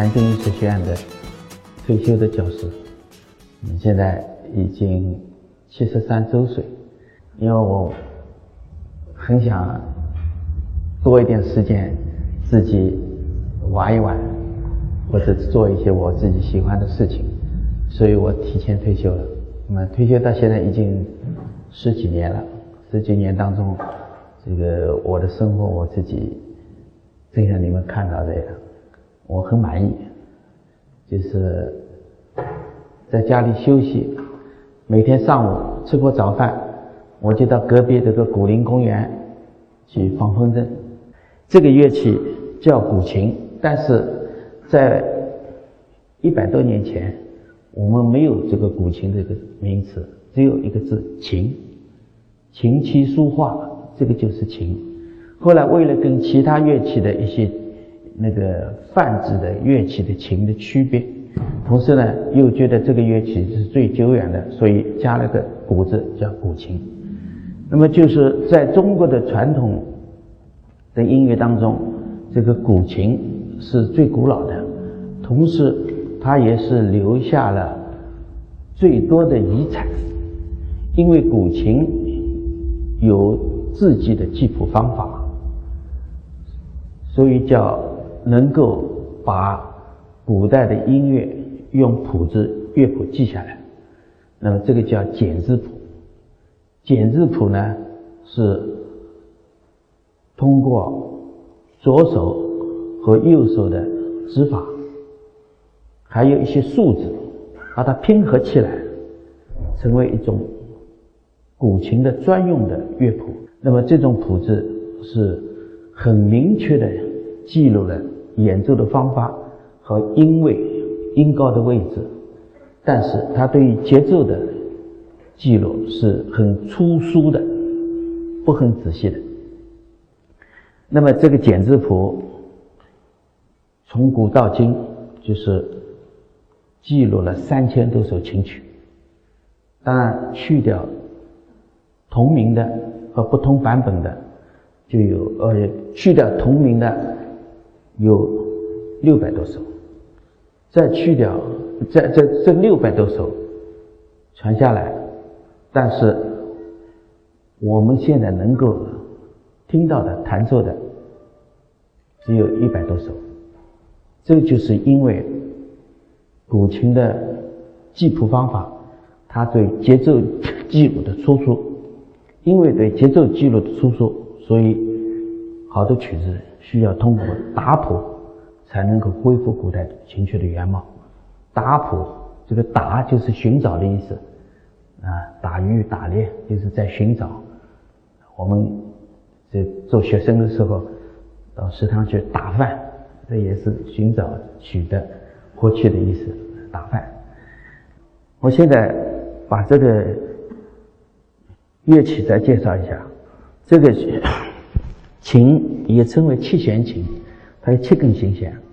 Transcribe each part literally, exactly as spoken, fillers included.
南京艺术学院的退休的教师，嗯，现在已经七十三周岁。因为我很想多一点时间自己玩一玩，或者做一些我自己喜欢的事情，所以我提前退休了。那么退休到现在已经十几年了，十几年当中，这个我的生活我自己正像你们看到的，我很满意，就是在家里休息，每天上午吃过早饭，我就到隔壁这个古林公园去放风筝。这个乐器叫古琴，但是在一百多年前，我们没有这个古琴这个名词，只有一个字琴，琴棋书画，这个就是琴。后来为了跟其他乐器的一些那个泛指的乐器的琴的区别，同时呢又觉得这个乐器是最久远的，所以加了个古字叫古琴。那么就是在中国的传统的音乐当中，这个古琴是最古老的，同时它也是留下了最多的遗产。因为古琴有自己的记谱方法，所以叫能够把古代的音乐用谱子乐谱记下来，那么这个叫简字谱。简字谱呢是通过左手和右手的指法，还有一些数字，把它拼合起来，成为一种古琴的专用的乐谱。那么这种谱子是很明确的记录了演奏的方法和音位、音高的位置，但是它对于节奏的记录是很粗疏的，不很仔细的。那么这个简字谱从古到今就是记录了三千多首琴曲，当然去掉同名的和不同版本的就有呃去掉同名的有六百多首，再去掉这这这六百多首传下来，但是我们现在能够听到的弹奏的只有一百多首。这就是因为古琴的记谱方法，它对节奏记录的粗疏，因为对节奏记录的粗疏，所以好多曲子需要通过打谱才能够恢复古代琴曲的原貌。打谱，这个打就是寻找的意思啊，打鱼打猎就是在寻找。我们这做学生的时候到食堂去打饭，这也是寻找取得获取的意思，打饭。我现在把这个乐器再介绍一下。这个琴也称为七弦琴，它有七根琴弦。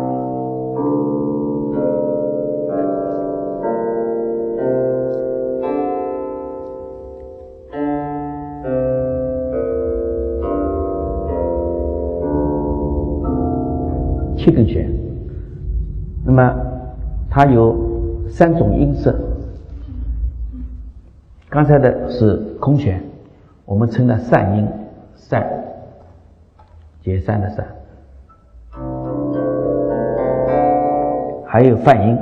七根弦，那么它有三种音色。刚才的是空弦，我们称它散音，散，解散的散。还有泛音。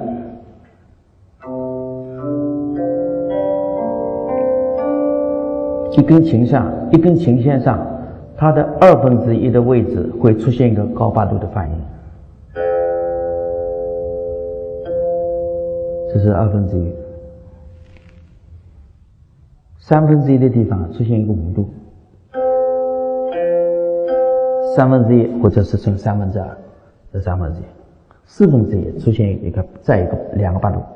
一根琴上，一根琴弦上，它的二分之一的位置会出现一个高八度的泛音。这是二分之一，三分之一的地方出现一个五度，三分之一或者是乘三分之二，这三分之一，四分之一出现一个再一个两个八度。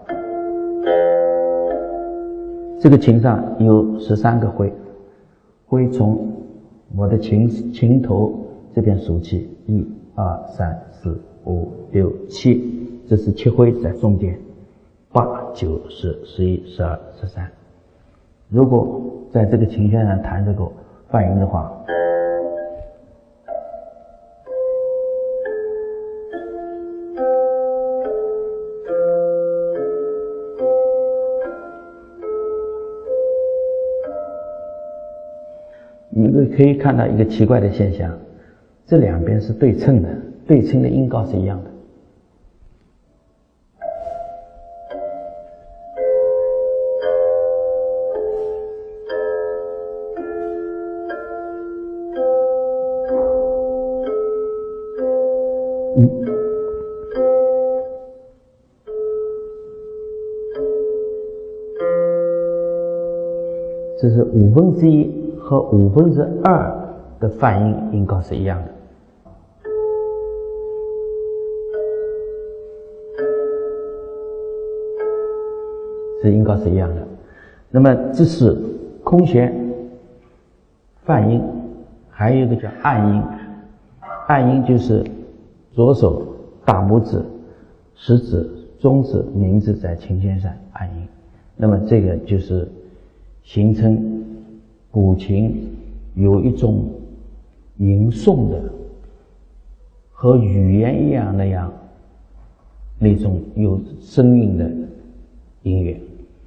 这个琴上有十三个徽，徽从我的琴琴头这边数起，一二三四五六七，这是七徽在中间。八、九、十、十一、十二、十三。如果在这个琴弦上弹这个泛音的话， 可以看到一个奇怪的现象，这两边是对称的，对称的音高是一样的。嗯，这是五分之一和五分之二的泛音音高是一样的。这音高是一样的。那么这是空弦泛音，还有一个叫按音。按音就是左手大拇指、食指、中指、名指在琴弦上按音。那么这个就是形成古琴有一种吟诵的和语言一样那样那种有声韵的音乐。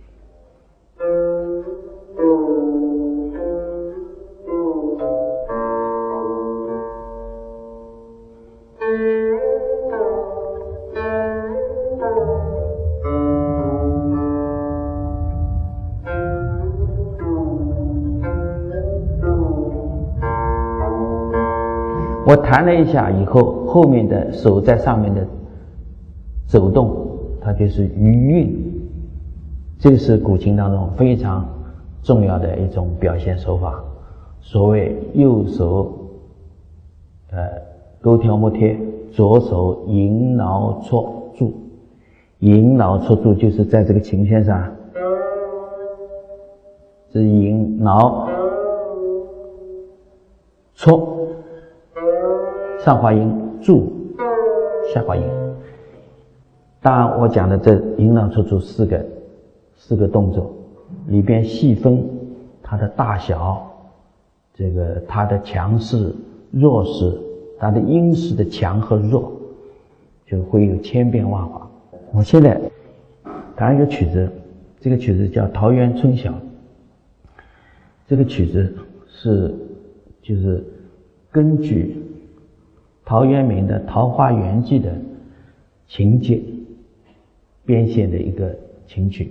我弹了一下以后，后面的手在上面的走动，它就是余韵。这是古琴当中非常重要的一种表现手法。所谓右手呃勾挑摸贴，左手迎挠戳柱。迎挠戳柱就是在这个琴弦上，这迎挠戳。上滑音，柱，下滑音。当然，我讲的这迎挠戳柱四个四个动作里边细分它的大小，这个它的强势、弱势，它的音势的强和弱，就会有千变万化。我现在弹一个曲子，这个曲子叫《桃源春晓》。这个曲子是就是根据陶渊明的《桃花源记》的情节编写的一个琴曲。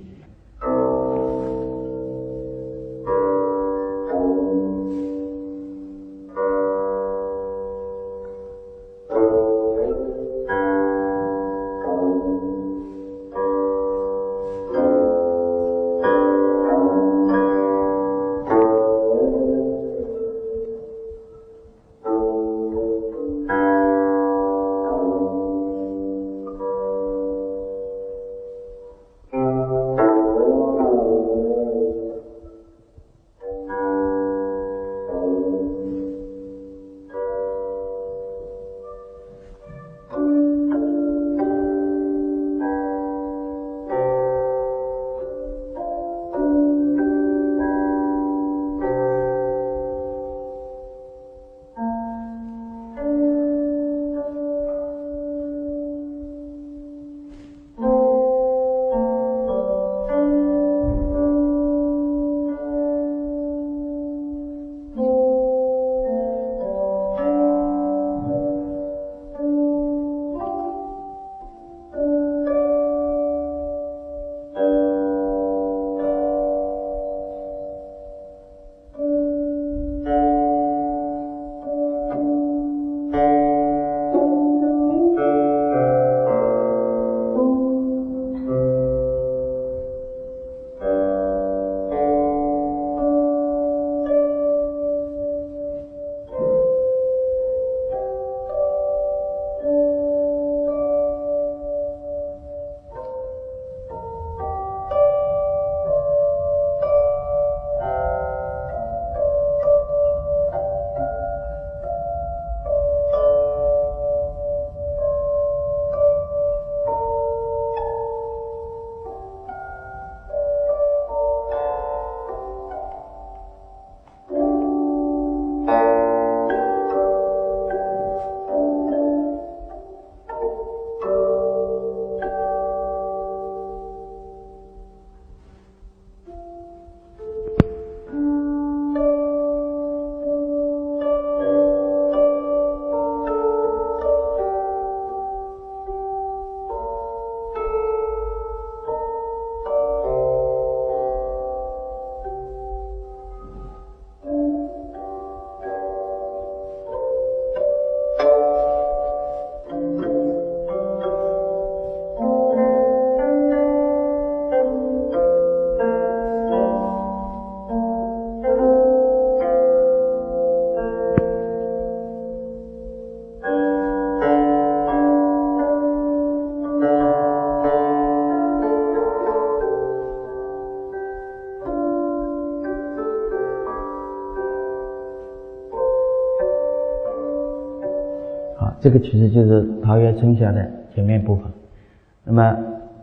好，这个曲子就是《桃源春晓》的前面部分。那么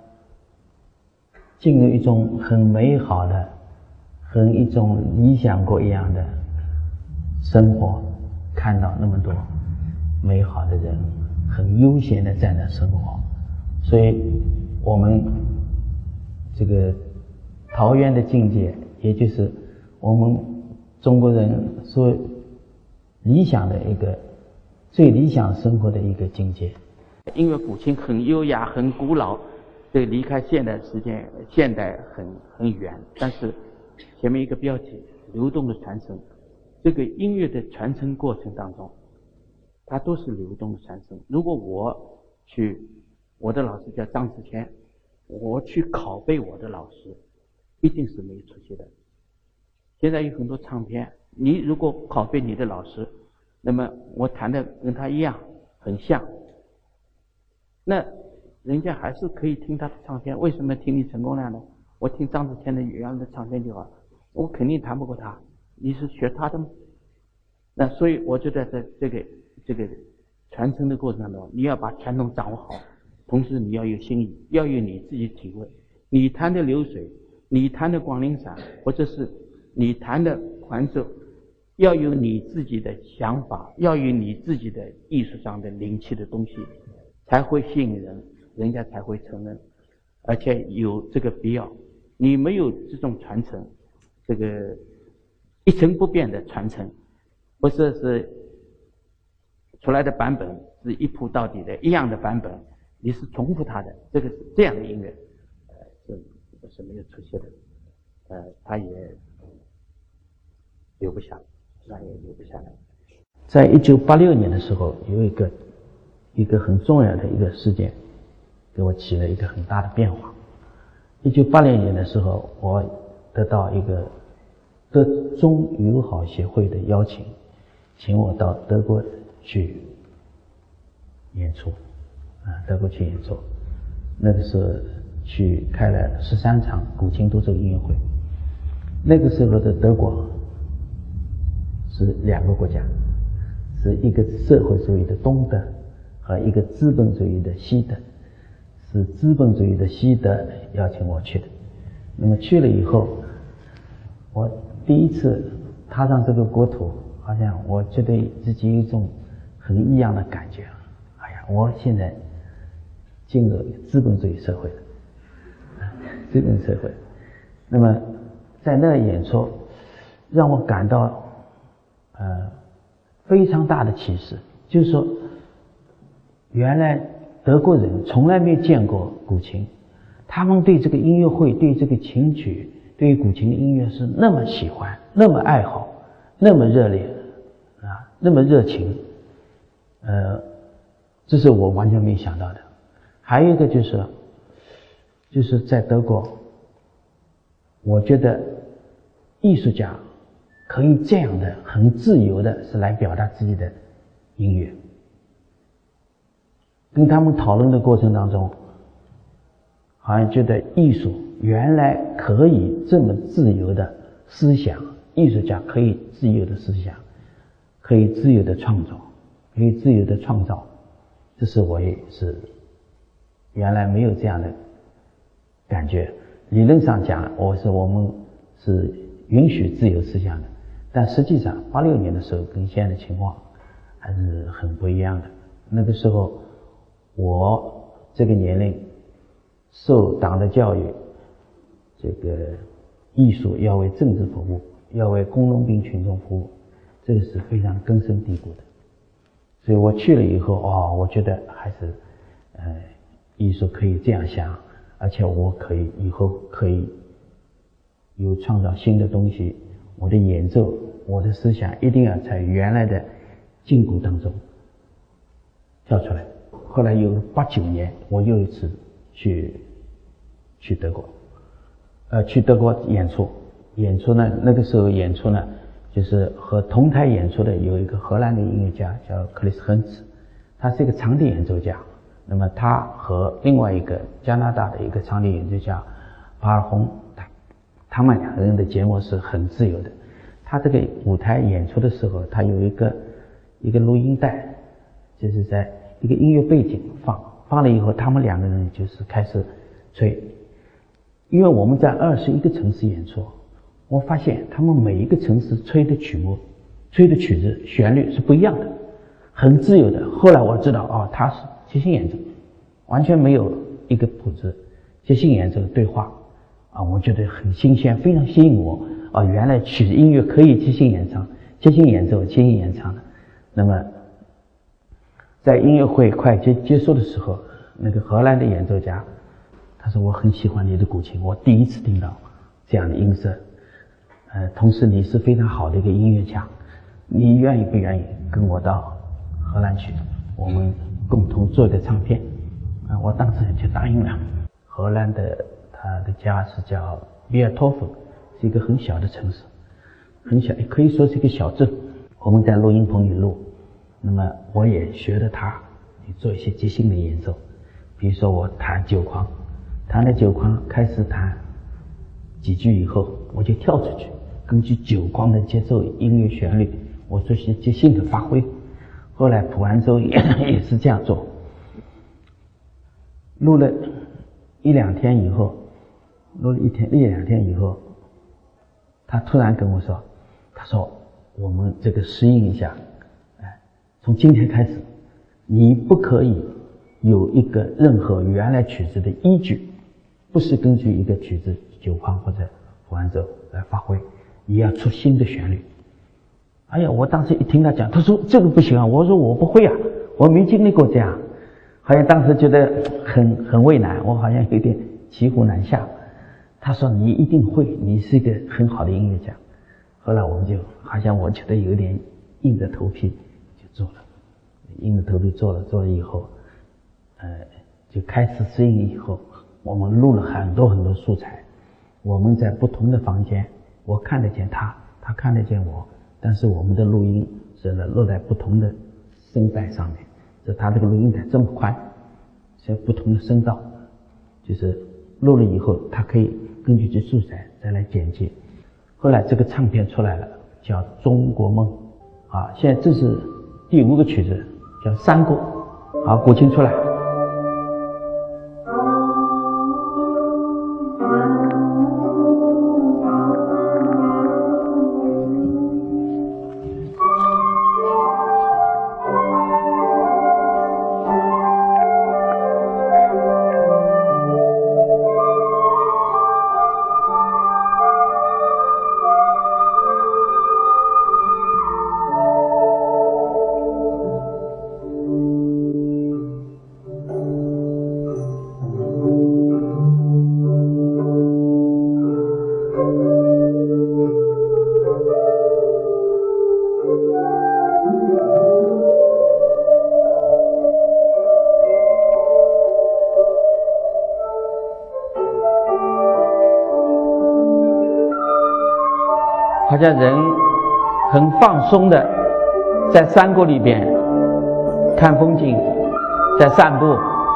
进入一种很美好的、很一种理想国一样的生活，看到那么多美好的人，很悠闲的在那生活，所以我们这个桃源的境界，也就是我们中国人所理想的一个最理想生活的一个境界。 因为古琴很优雅、很古老，这离开现代时间、现代很很远。但是前面一个标题“流动的传承”，这个音乐的传承过程当中，它都是流动的传承。如果我去，我的老师叫张之谦，我去拷贝我的老师，一定是没有出息的。现在有很多唱片，你如果拷贝你的老师，那么我弹的跟他一样，很像，那人家还是可以听他的唱片。为什么听你陈功亮呢？我听张之谦的原来的唱片就好，我肯定弹不过他。你是学他的吗？那所以我就在这这个这个传承的过程当中，你要把传统掌握好，同时你要有心意，要有你自己体会。你弹的流水，你弹的广陵散，或者是你弹的还奏，要有你自己的想法，要有你自己的艺术上的灵气的东西，才会吸引人，人家才会承认，而且有这个必要。你没有这种传承，这个一成不变的传承，不是是出来的版本是一铺到底的一样的版本，你是重复它的，这个是这样的音乐，呃，是是没有出息的，呃，它也留不下来，那也留不下来。 在一九八六年的时候，有一个一个很重要的一个事件，给我起了一个很大的变化。一九八零年的时候，我得到一个德中友好协会的邀请，请我到德国去演出，啊，德国去演出。那个时候去开了十三场古琴独奏音乐会。那个时候的德国是两个国家，是一个社会主义的东德和一个资本主义的西德。是资本主义的西德邀请我去的。那么去了以后，我第一次踏上这个国土，好像我觉得自己有一种很异样的感觉。哎呀，我现在进入资本主义社会了，资本社会。那么在那演出，让我感到呃非常大的启示，就是说，原来德国人从来没见过古琴，他们对这个音乐会、对这个琴曲、对古琴的音乐是那么喜欢、那么爱好、那么热烈啊，那么热情，呃，这是我完全没想到的。还有一个就是，就是在德国，我觉得艺术家可以这样的很自由的是来表达自己的音乐。跟他们讨论的过程当中，好像觉得艺术原来可以这么自由的思想，艺术家可以自由的思想，可以自由的创作，可以自由的创造。这是我也是原来没有这样的感觉。理论上讲，我是我们是允许自由思想的，但实际上八六年的时候跟现在的情况还是很不一样的。那个时候我这个年龄受党的教育，这个艺术要为政治服务，要为工农兵群众服务，这个是非常根深蒂固的。所以我去了以后，哦，我觉得还是呃艺术可以这样想，而且我可以以后可以有创造新的东西。我的演奏，我的思想一定要在原来的禁锢当中跳出来。后来有八九年，我又一次去去德国，呃，去德国演出。演出呢，那个时候演出呢，就是和同台演出的有一个荷兰的音乐家叫克里斯亨茨，他是一个长笛演奏家。那么他和另外一个加拿大的一个长笛演奏家巴尔洪，他他们两个人的节目是很自由的。他这个舞台演出的时候，他有一个一个录音带。 就是在一个音乐背景放放了以后，他们两个人就是开始吹。因为我们在二十一个城市演出，我发现他们每一个城市吹的曲目、吹的曲子、旋律是不一样的，很自由的。后来我知道，哦，他是即兴演奏，完全没有一个谱子，即兴演奏的对话啊，我觉得很新鲜，非常吸引我啊！原来曲子音乐可以即兴演唱、即兴演奏、即兴演唱的。那么，在音乐会快结结束的时候，那个荷兰的演奏家他说：“我很喜欢你的古琴，我第一次听到这样的音色。呃，同时你是非常好的一个音乐家，你愿意不愿意跟我到荷兰去，我们共同做一个唱片？”啊，我当时就答应了。荷兰的他的家是叫比尔托夫，是一个很小的城市，很小，可以说是一个小镇。我们在录音棚里录，那么我也学着他做一些即兴的演奏，比如说我弹九框。弹了九框，开始弹几句以后，我就跳出去，根据九框的节奏、音乐旋律，我做些即兴的发挥。后来谱完之后也也是这样做。录了一两天以后，录了一天一两天以后，他突然跟我说：“他说我们这个适应一下，哎，从今天开始，你不可以有一个任何原来曲子的依据。”不是根据一个曲子九框或者谱完奏来发挥，你要出新的旋律。哎呀，我当时一听他讲，他说这个不行啊，我说我不会啊，我没经历过这样，好像当时觉得很很为难，我好像有点骑虎难下。他说你一定会，你是一个很好的音乐家。后来我们就好像我觉得有点硬着头皮就做了，硬着头皮做了，做了以后，呃，就开始适应以后。我们录了很多很多素材，我们在不同的房间，我看得见他，他看得见我，但是我们的录音是录在不同的声带上面，是他这个录音带这么宽，是不同的声道，就是录了以后，他可以根据这素材再来剪辑。后来这个唱片出来了，叫《中国梦》啊，现在这是第五个曲子，叫《山歌》。好，古琴出来。好像人很放松的在山谷里边看风景，在散步。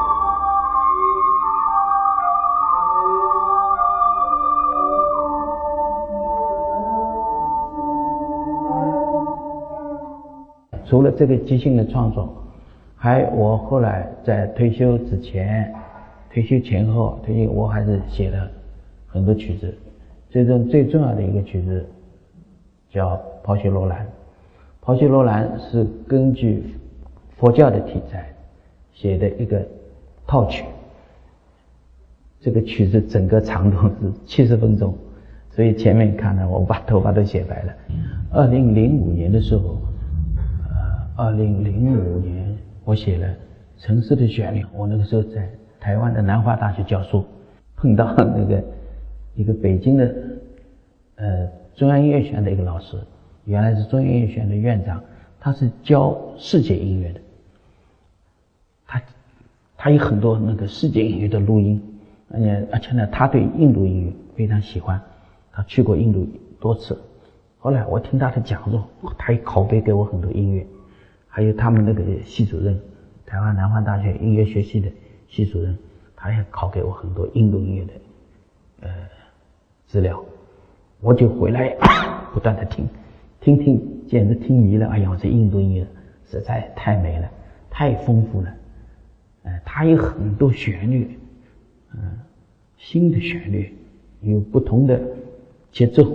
除了这个即兴的创作，还我后来在退休之前、退休前后、退休我还是写了很多曲子。最终最重要的一个曲子叫《抛绣罗兰》。抛绣罗兰是根据佛教的题材写的一个套曲，这个曲子整个长度是七十分钟，所以前面看了我把头发都写白了。二零零五年的时候，呃，二零零五年我写了《城市的旋律》，我那个时候在台湾的南华大学教书，碰到那个一个北京的呃中央音乐学院的一个老师，原来是中央音乐学院的院长，他是教世界音乐的，他他有很多那个世界音乐的录音，而且而且呢，他对印度音乐非常喜欢，他去过印度多次。后来我听他的讲座，他也拷贝给我很多音乐，还有他们那个系主任，台湾南华大学音乐学系的系主任，他也拷给我很多印度音乐的呃资料，我就回来不断的听，听听简直听迷了。哎呀，这印度音乐实在太美了， 太丰富了，呃，它有很多旋律，嗯、呃，新的旋律，有不同的节奏，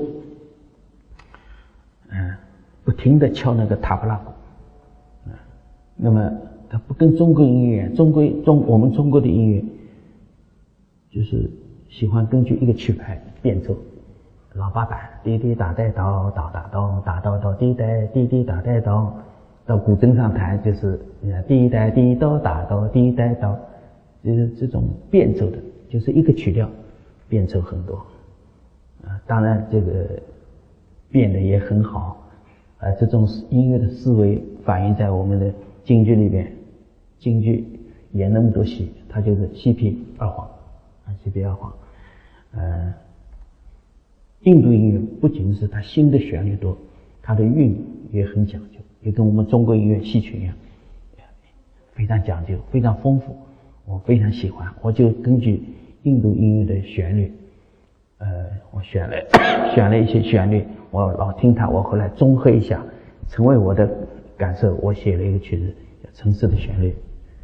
嗯、呃，不停地敲那个塔布拉鼓，嗯、呃，那么它不跟中国音乐，中国中我们中国的音乐就是喜欢根据一个曲牌变奏。老八板，滴滴打带刀，打打刀，打刀刀，滴带滴滴打带刀。到古筝上弹就是滴带滴刀，打刀滴带刀，就是这种变奏的，就是一个曲调变奏很多。啊，当然这个变得也很好，啊，这种音乐的思维反映在我们的京剧里边。京剧演那么多戏，它就是西皮二黄，啊，西皮二黄，呃。印度音乐不仅是它新的旋律多，它的韵也很讲究，也跟我们中国音乐戏曲一样，非常讲究，非常丰富，我非常喜欢。我就根据印度音乐的旋律，呃，我选了选了一些旋律，我老听它，我后来综合一下，成为我的感受，我写了一个曲子叫《城市的旋律》。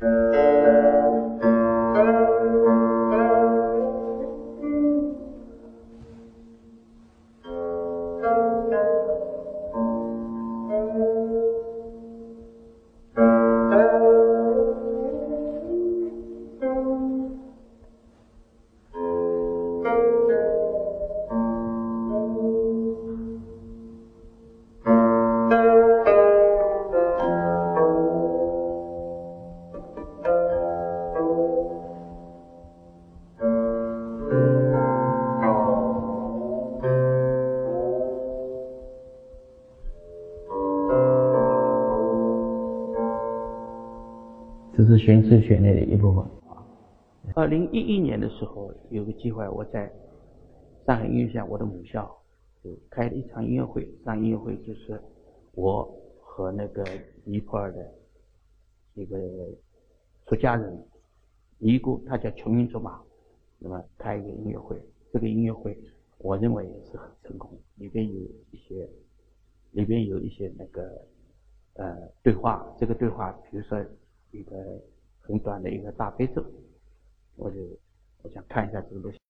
这是巡视选内的一部分。 二零一一年的时候，有个机会，我在上海音乐学院我的母校就开了一场音乐会。这场音乐会就是我和那个尼泊尔的一个出家人尼姑，他叫琼云卓玛，那么开一个音乐会。这个音乐会我认为也是很成功，里边有一些里边有一些那个呃对话。这个对话，比如说一个很短的一个大悲咒，我就我想看一下这个东西。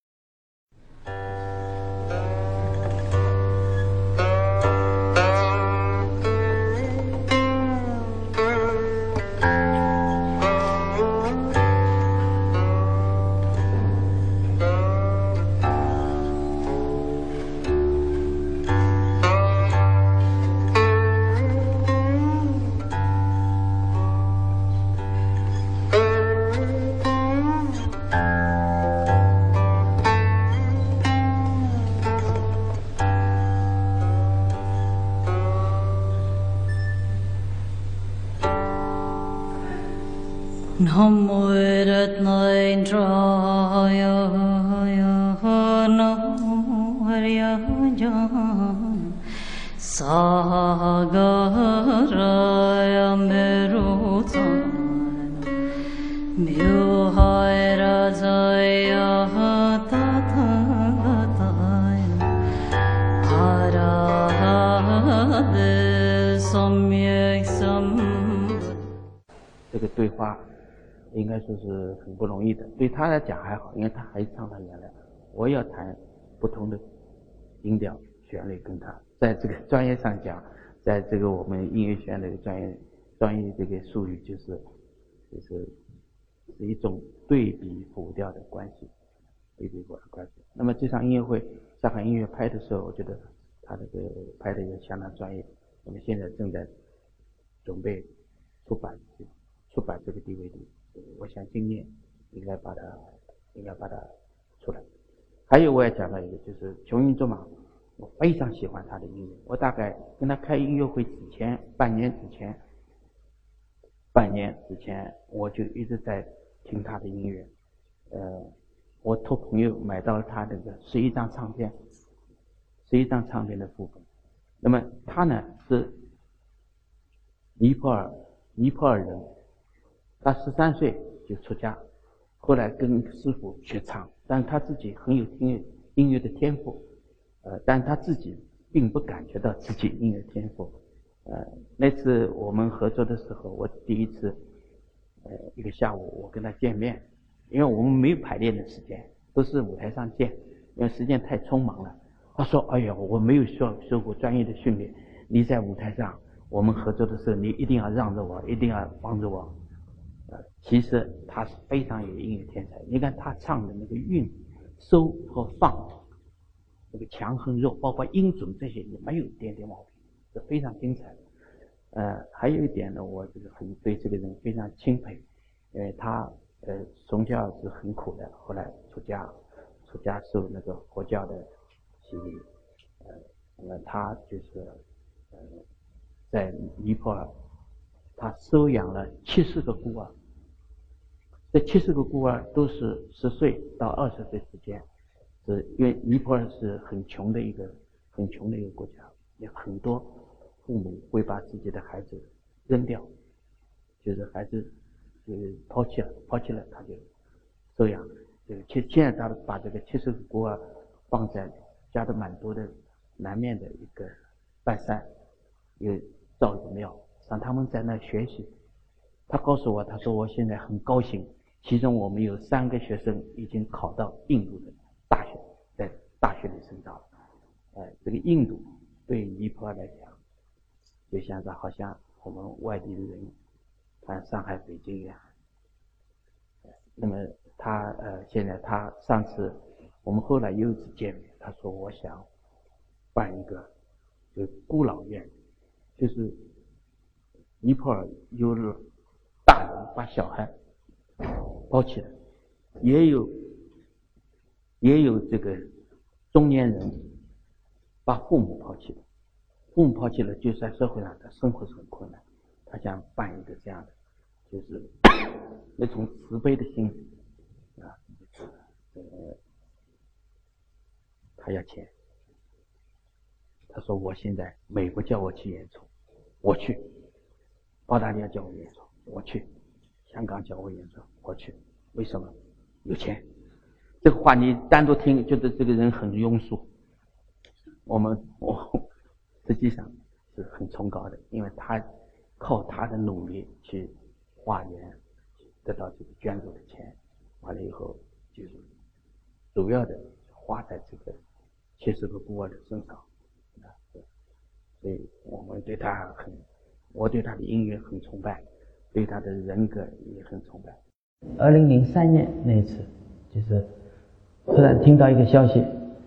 Namo Ratnaindraya Namo Haryajan Sagaraya Merutan Myuhaya Rajaya Tathagataya Arahade Samyak Sam。 这个对话应该说是很不容易的，对他来讲还好，因为他还是唱他原来。我要弹不同的音调旋律，跟他在这个专业上讲，在这个我们音乐学院的专业专业这个术语就是就是是一种对比辅调的关系，对比辅调关系。那么这场音乐会上海音乐拍的时候，我觉得他这个拍的也相当专业。我们现在正在准备出版出版这个 D V D。我想今年应该把它应该把它出来。还有我也讲到一个，就是琼云卓玛，我非常喜欢他的音乐。我大概跟他开音乐会之前半年之前半年之前我就一直在听他的音乐。呃我托朋友买到了他这个十一张唱片十一张唱片的副本。那么他呢是尼泊尔尼泊尔人，他十三岁就出家，后来跟师父学唱，但他自己很有听音乐的天赋，呃，但他自己并不感觉到自己音乐天赋。呃，那次我们合作的时候，我第一次呃一个下午我跟他见面，因为我们没有排练的时间，都是舞台上见，因为时间太匆忙了。他说：“哎呀，我没有受受过专业的训练，你在舞台上我们合作的时候，你一定要让着我，一定要帮着我。”呃，其实他是非常有音乐天才。你看他唱的那个韵、收和放，这个强横弱，包括音准这些也没有一点点毛病，是非常精彩的。呃，还有一点呢，我就是很对这个人非常钦佩，因为他呃从小是很苦的，后来出家，出家受那个佛教的洗礼，呃，那么他就是呃在尼泊尔，他收养了七十个孤儿，这七十个孤儿都是十岁到二十岁之间，是因为尼泊尔是很穷的一个很穷的一个国家，有很多父母会把自己的孩子扔掉，就是孩子就是抛弃了，抛弃了他就收养。这个现现在他把这个七十个孤儿放在加德满都的南面的一个半山，有造一个庙，让他们在那学习。他告诉我，他说我现在很高兴，其中我们有三个学生已经考到印度的大学，在大学里深造了。呃，这个印度对尼泊尔来讲，就像是好像我们外地的人看上海、北京一样。那么他呃，现在他上次我们后来又一次见面，他说我想办一个就是孤老院，就是尼泊尔有大人把小孩抛弃了，也有也有这个中年人把父母抛弃了，父母抛弃了，就在社会上他生活是很困难，他想办一个这样的，就是那种慈悲的心啊，呃，他要钱，他说我现在美国叫我去演出，我去；澳大利亚叫我演出，我去；香港叫我演出，我去。为什么？有钱。这个话你单独听，觉得这个人很庸俗。我们我实际上是很崇高的，因为他靠他的努力去化缘，得到这个捐助的钱，完了以后就是主要的花在这个七十个孤儿的身上啊，所以我们对他很，我对他的音乐很崇拜，对他的人格也很崇拜。 二零零三年那一次，就是突然听到一个消息，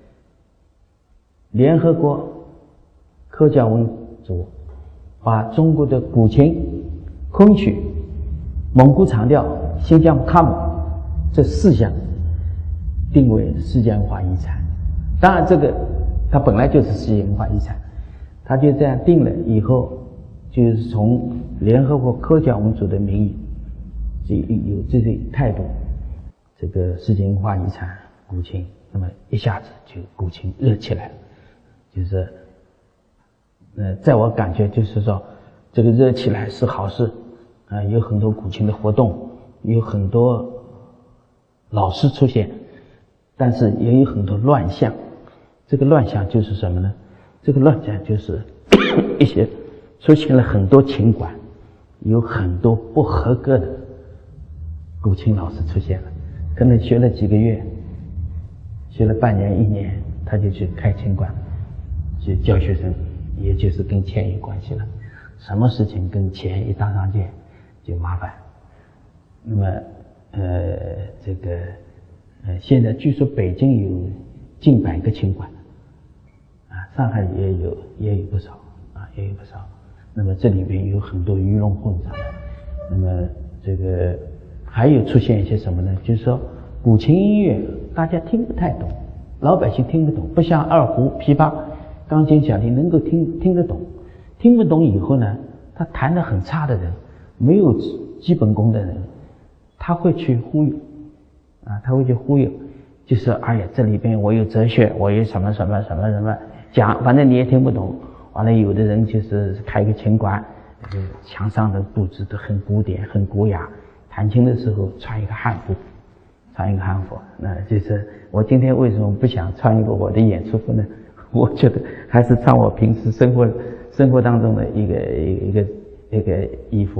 联合国科教文组把中国的古琴、昆曲、蒙古长调、新疆卡姆这四项定为世界文化遗产。当然这个它本来就是世界文化遗产，它就这样定了以后，就是从联合国科教文组的名义就有这些态度，这个世界文化遗产古琴，那么一下子就古琴热起来了，就是呃在我感觉就是说这个热起来是好事啊、呃，有很多古琴的活动，有很多老师出现，但是也有很多乱象。这个乱象就是什么呢？这个乱象就是一些出现了很多琴馆，有很多不合格的古琴老师出现了，可能学了几个月，学了半年一年，他就去开琴馆去教学生，也就是跟钱有关系了。什么事情跟钱一搭上线就麻烦。那么呃这个呃现在据说北京有近百个琴馆啊，上海也有也有不少啊，也有不少。那么这里面有很多鱼龙混杂。那么这个还有出现一些什么呢？就是说古琴音乐大家听不太懂，老百姓听不懂，不像二胡、琵琶、钢琴、小提能够听听得懂。听不懂以后呢，他弹得很差的人，没有基本功的人，他会去忽悠啊，他会去忽悠，就是哎呀，这里边我有哲学，我有什么什么什么什么讲，反正你也听不懂。完了，有的人就是开个琴馆，呃，墙上的布置都很古典、很古雅，弹琴的时候穿一个汉服，穿一个汉服。那就是我今天为什么不想穿一个我的演出服呢？我觉得还是穿我平时生活生活当中的一个一个一个一个衣服，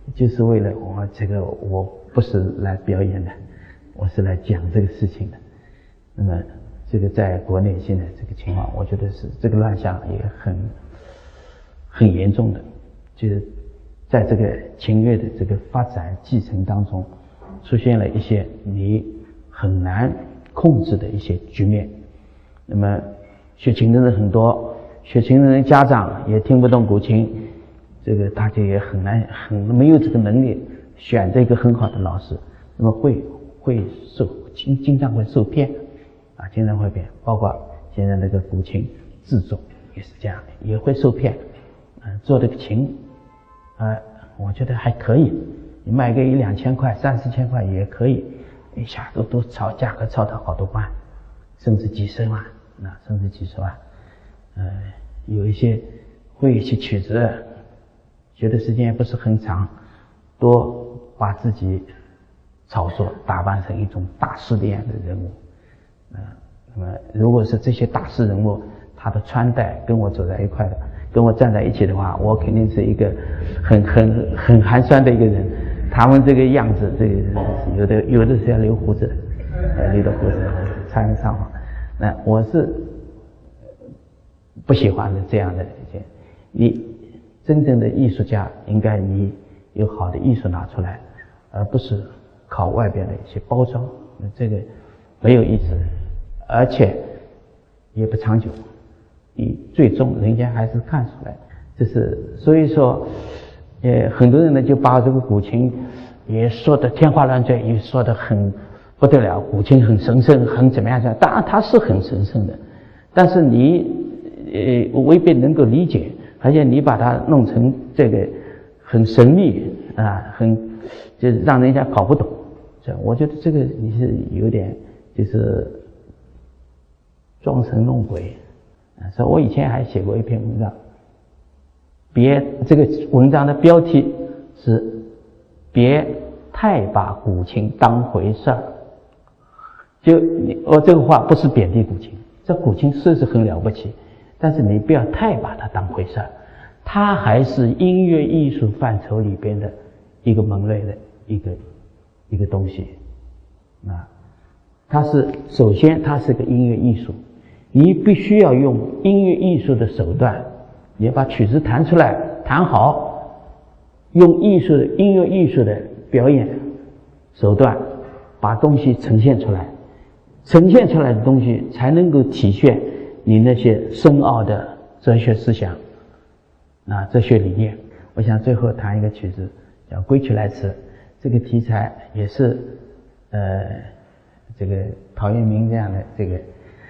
就是为了我这个，我不是来表演的，我是来讲这个事情的。那么这个在国内现在这个情况，我觉得是这个乱象也很很严重的，就是在这个琴乐的这个发展继承当中，出现了一些你很难控制的一些局面。那么学琴的人很多，学琴的人家长也听不懂古琴，这个大家也很难很没有这个能力选择一个很好的老师，那么会会受经经常会受骗啊，经常会骗，包括现在那个古琴制作也是这样的，也会受骗。嗯、呃，做这个琴，呃，我觉得还可以，你卖个一两千块、三四千块也可以，一下都都炒价格炒到好多万，甚至几十万，那甚至几十万。呃，有一些会一些曲子，学的时间也不是很长，多把自己炒作打扮成一种大师一样的人物。呃，那么如果是这些大师人物，他的穿戴跟我走在一块的，跟我站在一起的话，我肯定是一个很很很寒酸的一个人。他们这个样子，这个有的有的是要留胡子的，呃，留的胡子穿个上网，那我是不喜欢的这样的一些。你真正的艺术家，应该你有好的艺术拿出来，而不是靠外边的一些包装，这个没有意思，而且也不长久。你最终人家还是看出来，这是所以说，呃，很多人呢就把这个古琴也说得天花乱坠，也说得很不得了，古琴很神圣，很怎么样？当然它是很神圣的，但是你呃未必能够理解，而且你把它弄成这个很神秘啊，很就让人家搞不懂。这我觉得这个你是有点就是装神弄鬼。所以我以前还写过一篇文章，别这个文章的标题是别太把古琴当回事儿。就我这个话不是贬低古琴，这古琴是是很了不起，但是你不要太把它当回事儿，它还是音乐艺术范畴里边的一个门类的一个一个东西啊。它是首先它是个音乐艺术，你必须要用音乐艺术的手段，你要把曲子弹出来，弹好，用艺术的音乐艺术的表演手段把东西呈现出来，呈现出来的东西才能够体现你那些深奥的哲学思想啊，哲学理念。我想最后弹一个曲子叫《归去来迟》，这个题材也是呃这个陶渊明这样的这个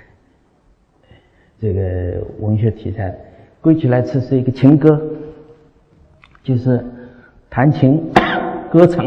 这个文学题材。归去来迟是一个情歌，就是弹琴歌唱。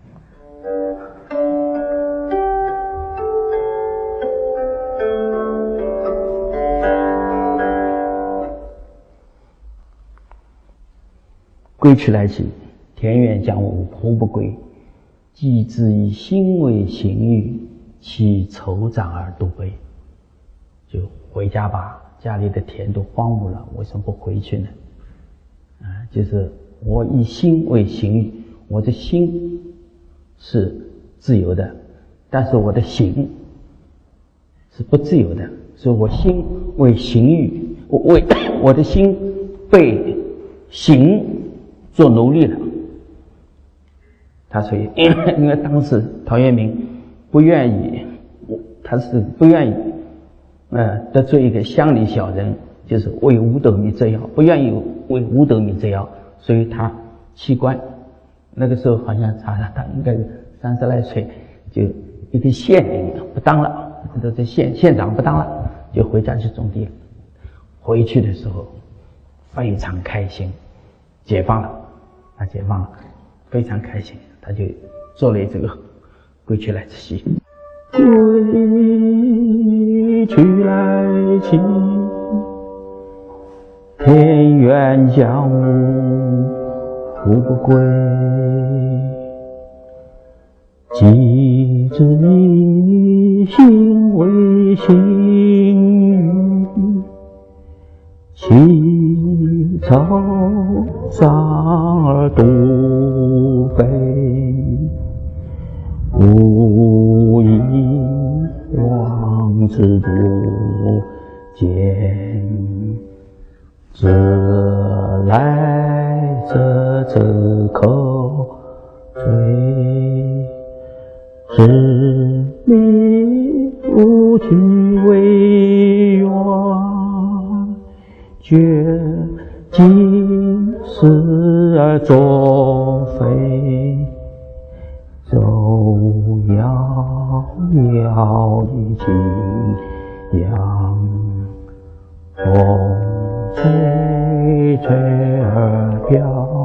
归去来兮，田园将芜胡不归？既知以心为行欲，其愁长而独悲。就回家吧，家里的田都荒芜了，为什么不回去呢？啊，就是我以心为行欲，我的心是自由的，但是我的行是不自由的，所以我心为行欲，我为我的心被行做奴隶了。他所以因为当时陶渊明不愿意，他是不愿意呃得罪一个乡里小人，就是为五斗米折腰，不愿意为五斗米折腰，所以他弃官。那个时候好像查查他应该三十来岁，就一个县令不当了，这这县县长不当了，就回家去种地。回去的时候非常开心，解放了，他解放了，非常开心，他就做了这个归去来兮。归去来兮，田园将芜胡不归？既知以心为行，其愁长而独无以往之多见，自来者则口罪，是你无尽为愿，绝今时而作非，走遥遥的景仰，风吹吹而飘。